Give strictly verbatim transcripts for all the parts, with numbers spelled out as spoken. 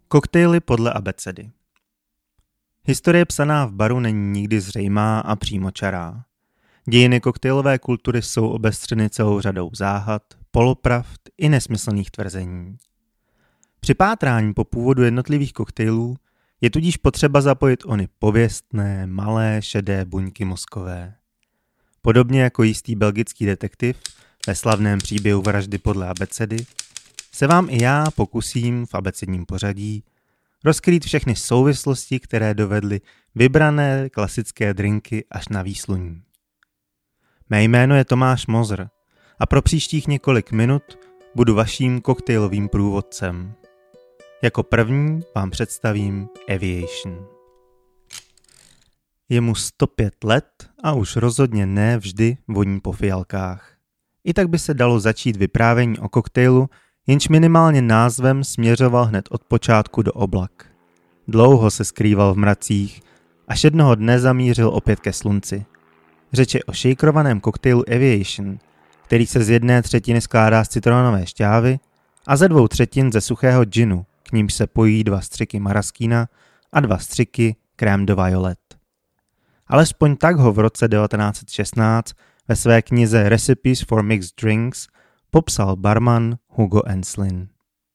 Koktejly podle abecedy. Historie psaná v baru není nikdy zřejmá a přímočará. Dějiny koktejlové kultury jsou obestřeny celou řadou záhad, polopravd i nesmyslných tvrzení. Při pátrání po původu jednotlivých koktejlů je tudíž potřeba zapojit ony pověstné, malé, šedé buňky mozkové. Podobně jako jistý belgický detektiv ve slavném příběhu vraždy podle abecedy, se vám i já pokusím v abecedním pořadí rozkrýt všechny souvislosti, které dovedly vybrané klasické drinky až na výsluní. Mé jméno je Tomáš Mozr a pro příštích několik minut budu vaším koktejlovým průvodcem. Jako první vám představím Aviation. Je mu sto pět let a už rozhodně ne vždy voní po fialkách. I tak by se dalo začít vyprávění o koktejlu, jenž minimálně názvem směřoval hned od počátku do oblak. Dlouho se skrýval v mracích, až jednoho dne zamířil opět ke slunci. Řeč je o shakerovaném koktejlu Aviation, který se z jedné třetiny skládá z citronové šťávy a ze dvou třetin ze suchého džinu, k nímž se pojí dva střiky maraskína a dva střiky crème de violet. Alespoň tak ho v roce devatenáct set šestnáct ve své knize Recipes for Mixed Drinks popsal barman Hugo Enslin.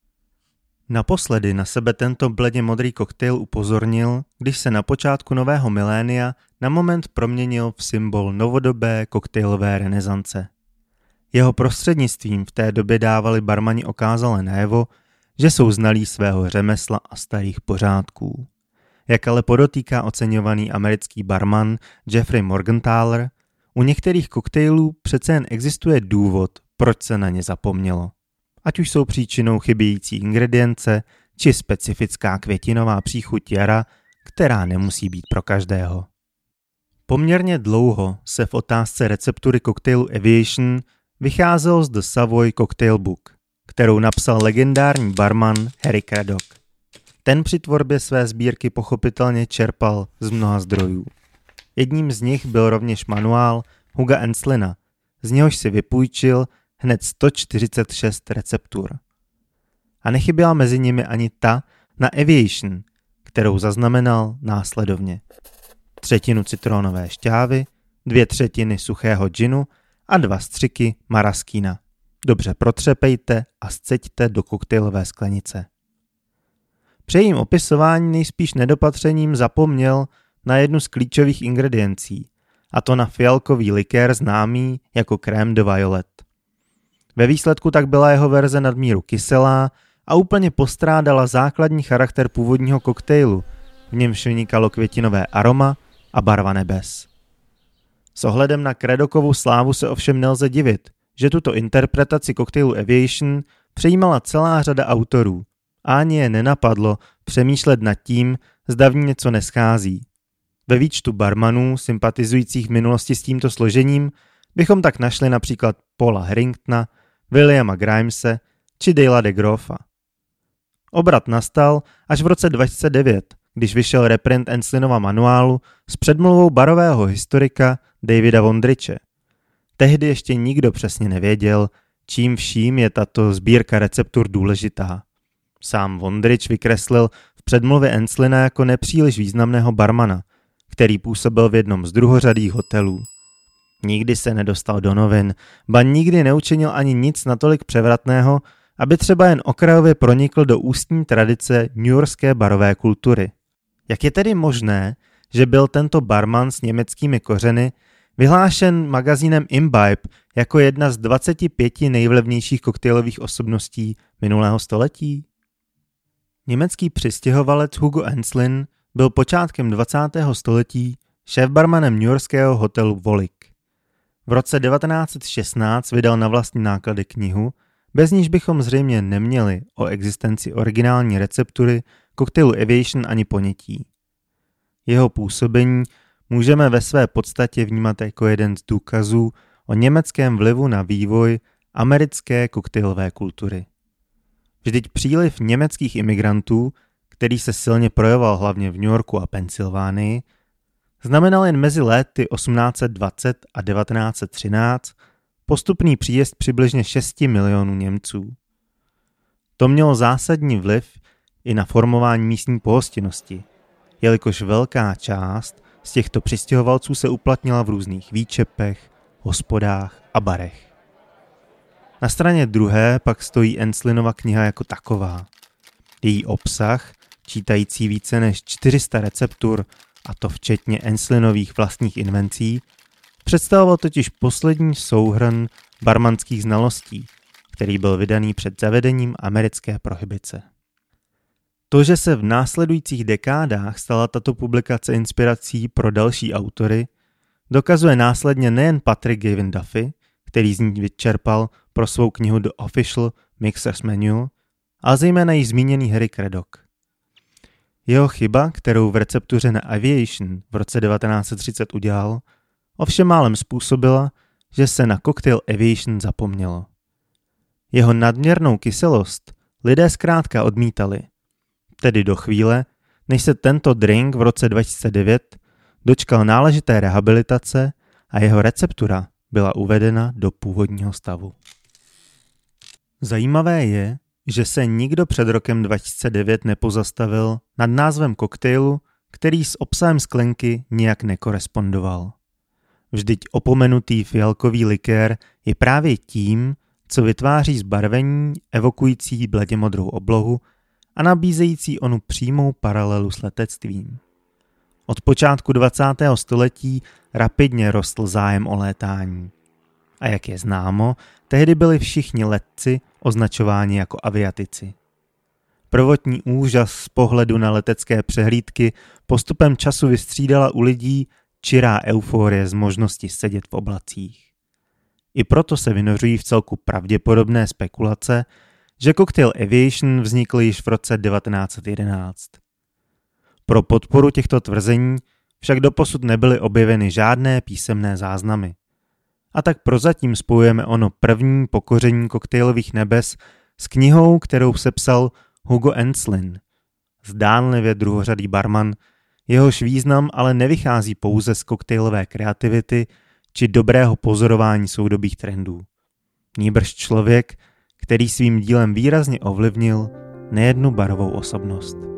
Naposledy na sebe tento bledě modrý koktejl upozornil, když se na počátku nového milénia na moment proměnil v symbol novodobé koktejlové renesance. Jeho prostřednictvím v té době dávali barmani okázale najevo, že jsou znalí svého řemesla a starých pořádků. Jak ale podotýká oceňovaný americký barman Jeffrey Morgenthaler, u některých koktejlů přece jen existuje důvod, proč se na ně zapomnělo. Ať už jsou příčinou chybějící ingredience, či specifická květinová příchuť jara, která nemusí být pro každého. Poměrně dlouho se v otázce receptury koktejlu Aviation vycházel z The Savoy Cocktail Book, kterou napsal legendární barman Harry Craddock. Ten při tvorbě své sbírky pochopitelně čerpal z mnoha zdrojů. Jedním z nich byl rovněž manuál Huga Enslina, z něhož si vypůjčil hned sto čtyřicet šest receptur. A nechyběla mezi nimi ani ta na Aviation, kterou zaznamenal následovně. Třetinu citronové šťávy, dvě třetiny suchého džinu a dva střiky maraskína. Dobře protřepejte a sceďte do koktejlové sklenice. Při jejím opisování nejspíš nedopatřením zapomněl na jednu z klíčových ingrediencí, a to na fialkový likér známý jako crème de violet. Ve výsledku tak byla jeho verze nadmíru kyselá a úplně postrádala základní charakter původního koktejlu, v němž vynikalo květinové aroma a barva nebes. S ohledem na Craddockovu slávu se ovšem nelze divit, že tuto interpretaci koktejlu Aviation přejímala celá řada autorů a ani je nenapadlo přemýšlet nad tím, zda v ní něco neschází. Ve výčtu barmanů sympatizujících v minulosti s tímto složením bychom tak našli například Paula Harringtona, Williama Grimese či Dale'a de Groffa. Obrat nastal až v roce dva tisíce devět, když vyšel reprint Enslinova manuálu s předmluvou barového historika Davida Wondriche. Tehdy ještě nikdo přesně nevěděl, čím vším je tato sbírka receptur důležitá. Sám Wondrich vykreslil v předmluvě Enslina jako nepříliš významného barmana, který působil v jednom z druhořadých hotelů. Nikdy se nedostal do novin, ba nikdy neučinil ani nic natolik převratného, aby třeba jen okrajově pronikl do ústní tradice newyorské barové kultury. Jak je tedy možné, že byl tento barman s německými kořeny vyhlášen magazínem Imbibe jako jedna z dvaceti pěti nejvlivnějších koktejlových osobností minulého století? Německý přistěhovalec Hugo Enslin byl počátkem dvacátého století šéfbarmanem newyorského hotelu Volik. V roce devatenáct set šestnáct vydal na vlastní náklady knihu, bez níž bychom zřejmě neměli o existenci originální receptury koktejlu Aviation ani ponětí. Jeho působení můžeme ve své podstatě vnímat jako jeden z důkazů o německém vlivu na vývoj americké koktejlové kultury. Vždyť příliv německých imigrantů, který se silně projevoval hlavně v New Yorku a Pensylvánii, znamenal jen mezi léty osmnáct set dvacet a devatenáct set třináct postupný příjezd přibližně šesti milionů Němců. To mělo zásadní vliv i na formování místní pohostinnosti, jelikož velká část z těchto přistěhovalců se uplatnila v různých výčepech, hospodách a barech. Na straně druhé pak stojí Enslinova kniha jako taková. Její obsah, čítající více než čtyři sta receptur, a to včetně Enslinových vlastních invencí, představoval totiž poslední souhrn barmanských znalostí, který byl vydaný před zavedením americké prohibice. To, že se v následujících dekádách stala tato publikace inspirací pro další autory, dokazuje následně nejen Patrick Gavin Duffy, který z ní vyčerpal pro svou knihu The Official Mixer's Manual, ale zejména již zmíněný Harry Craddock. Jeho chyba, kterou v receptuře na Aviation v roce devatenáct set třicet udělal, ovšem málem způsobila, že se na koktejl Aviation zapomnělo. Jeho nadměrnou kyselost lidé zkrátka odmítali, tedy do chvíle, než se tento drink v roce dva tisíce devět dočkal náležité rehabilitace a jeho receptura byla uvedena do původního stavu. Zajímavé je, že se nikdo před rokem dva tisíce devět nepozastavil nad názvem koktejlu, který s obsahem sklenky nijak nekorespondoval. Vždyť opomenutý fialkový likér je právě tím, co vytváří zbarvení evokující bleděmodrou oblohu a nabízející onu přímou paralelu s letectvím. Od počátku dvacátého století rapidně rostl zájem o létání. A jak je známo, tehdy byli všichni letci označováni jako aviatici. Prvotní úžas z pohledu na letecké přehlídky postupem času vystřídala u lidí čirá euforie z možnosti sedět v oblacích. I proto se vynořují v celku pravděpodobné spekulace, že koktejl Aviation vznikl již v roce devatenáct set jedenáct. Pro podporu těchto tvrzení však doposud nebyly objeveny žádné písemné záznamy. A tak prozatím spojujeme ono první pokoření koktejlových nebes s knihou, kterou sepsal Hugo Enslin, zdánlivě druhořadý barman, jehož význam ale nevychází pouze z koktejlové kreativity či dobrého pozorování soudobých trendů. Nýbrž člověk, který svým dílem výrazně ovlivnil nejednu barovou osobnost.